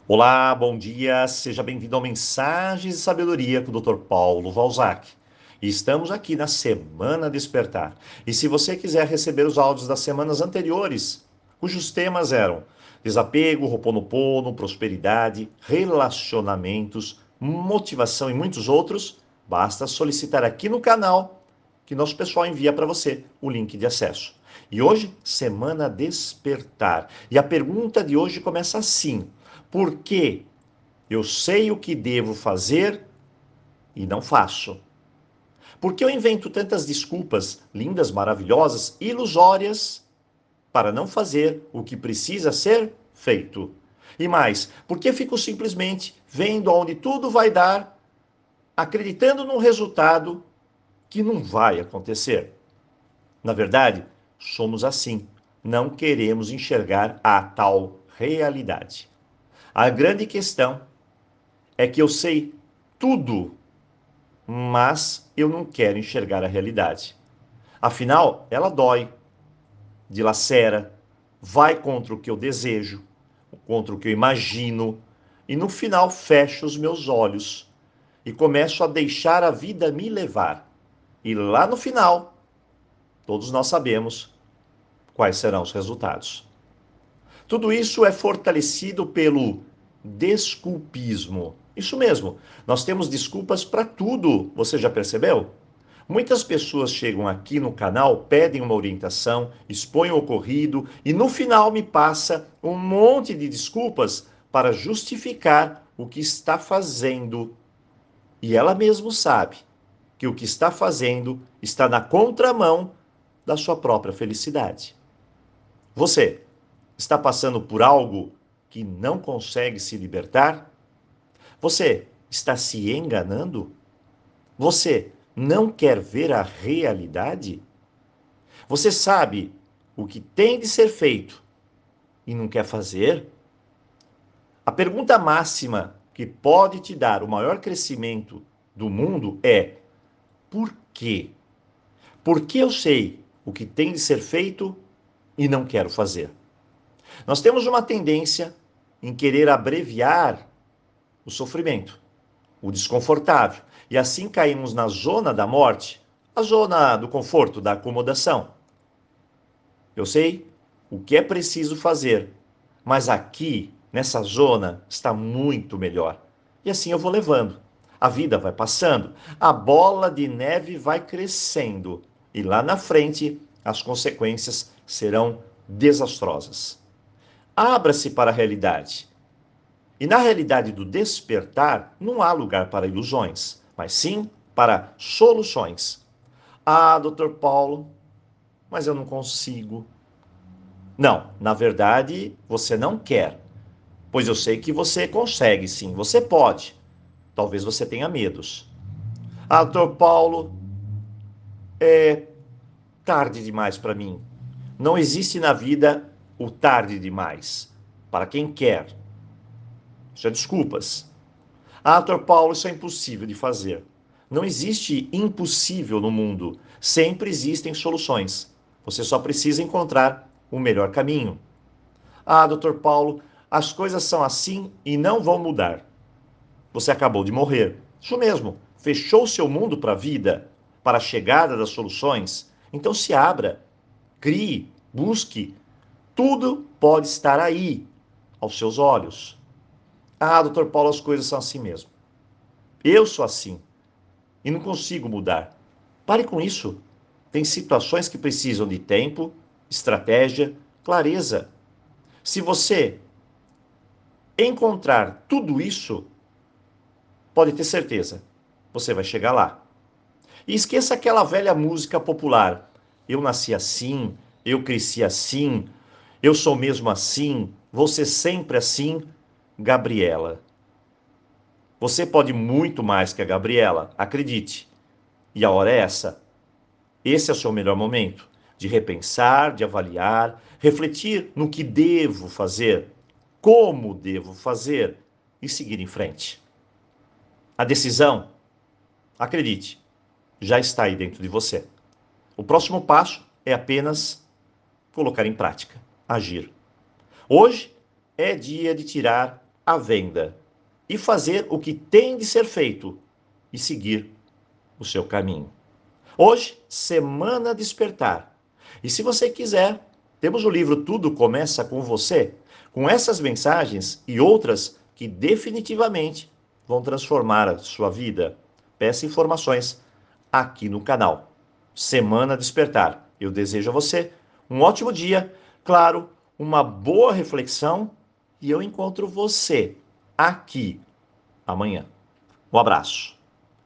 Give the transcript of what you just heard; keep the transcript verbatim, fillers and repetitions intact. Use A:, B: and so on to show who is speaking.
A: Olá, bom dia, seja bem-vindo ao Mensagens de Sabedoria com o doutor Paulo Valzac. E estamos aqui na Semana Despertar. E se você quiser receber os áudios das semanas anteriores, cujos temas eram desapego, Ho'oponopono, prosperidade, relacionamentos, motivação e muitos outros, basta solicitar aqui no canal que nosso pessoal envia para você o link de acesso. E hoje, Semana Despertar. E a pergunta de hoje começa assim: por que eu sei o que devo fazer e não faço? Por que eu invento tantas desculpas lindas, maravilhosas, ilusórias para não fazer o que precisa ser feito? E mais, por que fico simplesmente vendo onde tudo vai dar, acreditando num resultado que não vai acontecer? Na verdade, somos assim. Não queremos enxergar a tal realidade. A grande questão é que eu sei tudo, mas eu não quero enxergar a realidade. Afinal, ela dói, dilacera, vai contra o que eu desejo, contra o que eu imagino, e no final fecho os meus olhos e começo a deixar a vida me levar. E lá no final, todos nós sabemos quais serão os resultados. Tudo isso é fortalecido pelo desculpismo. Isso mesmo, nós temos desculpas para tudo, você já percebeu? Muitas pessoas chegam aqui no canal, pedem uma orientação, expõem o ocorrido e no final me passa um monte de desculpas para justificar o que está fazendo. E ela mesmo sabe que o que está fazendo está na contramão da sua própria felicidade. Você está passando por algo que não consegue se libertar? Você está se enganando? Você não quer ver a realidade? Você sabe o que tem de ser feito e não quer fazer? A pergunta máxima que pode te dar o maior crescimento do mundo é: por quê? Por que eu sei o que tem de ser feito e não quero fazer? Nós temos uma tendência em querer abreviar o sofrimento, o desconfortável, e assim caímos na zona da morte, a zona do conforto, da acomodação. Eu sei o que é preciso fazer, mas aqui, nessa zona, está muito melhor. E assim eu vou levando. A vida vai passando, a bola de neve vai crescendo, e lá na frente as consequências serão desastrosas. Abra-se para a realidade. E na realidade do despertar, não há lugar para ilusões, mas sim para soluções. Ah, doutor Paulo, mas eu não consigo. Não, na verdade, você não quer. Pois eu sei que você consegue, sim, você pode. Talvez você tenha medos. Ah, doutor Paulo, é tarde demais para mim. Não existe na vida o tarde demais. Para quem quer. Isso é desculpas. Ah, doutor Paulo, isso é impossível de fazer. Não existe impossível no mundo. Sempre existem soluções. Você só precisa encontrar o melhor caminho. Ah, doutor Paulo, as coisas são assim e não vão mudar. Você acabou de morrer. Isso mesmo. Fechou seu mundo para a vida, para a chegada das soluções. Então se abra, crie, busque. Tudo pode estar aí, aos seus olhos. Ah, doutor Paulo, as coisas são assim mesmo. Eu sou assim e não consigo mudar. Pare com isso. Tem situações que precisam de tempo, estratégia, clareza. Se você encontrar tudo isso, pode ter certeza, você vai chegar lá. E esqueça aquela velha música popular. Eu nasci assim, eu cresci assim, eu sou mesmo assim, você sempre assim, Gabriela. Você pode muito mais que a Gabriela, acredite. E a hora é essa. Esse é o seu melhor momento de repensar, de avaliar, refletir no que devo fazer, como devo fazer e seguir em frente. A decisão, acredite, já está aí dentro de você. O próximo passo é apenas colocar em prática, agir. Hoje é dia de tirar à venda e fazer o que tem de ser feito e seguir o seu caminho. Hoje, Semana Despertar. E se você quiser, temos o livro Tudo Começa com Você, com essas mensagens e outras que definitivamente vão transformar a sua vida. Peça informações aqui no canal. Semana Despertar. Eu desejo a você um ótimo dia, claro, uma boa reflexão e eu encontro você aqui amanhã. Um abraço.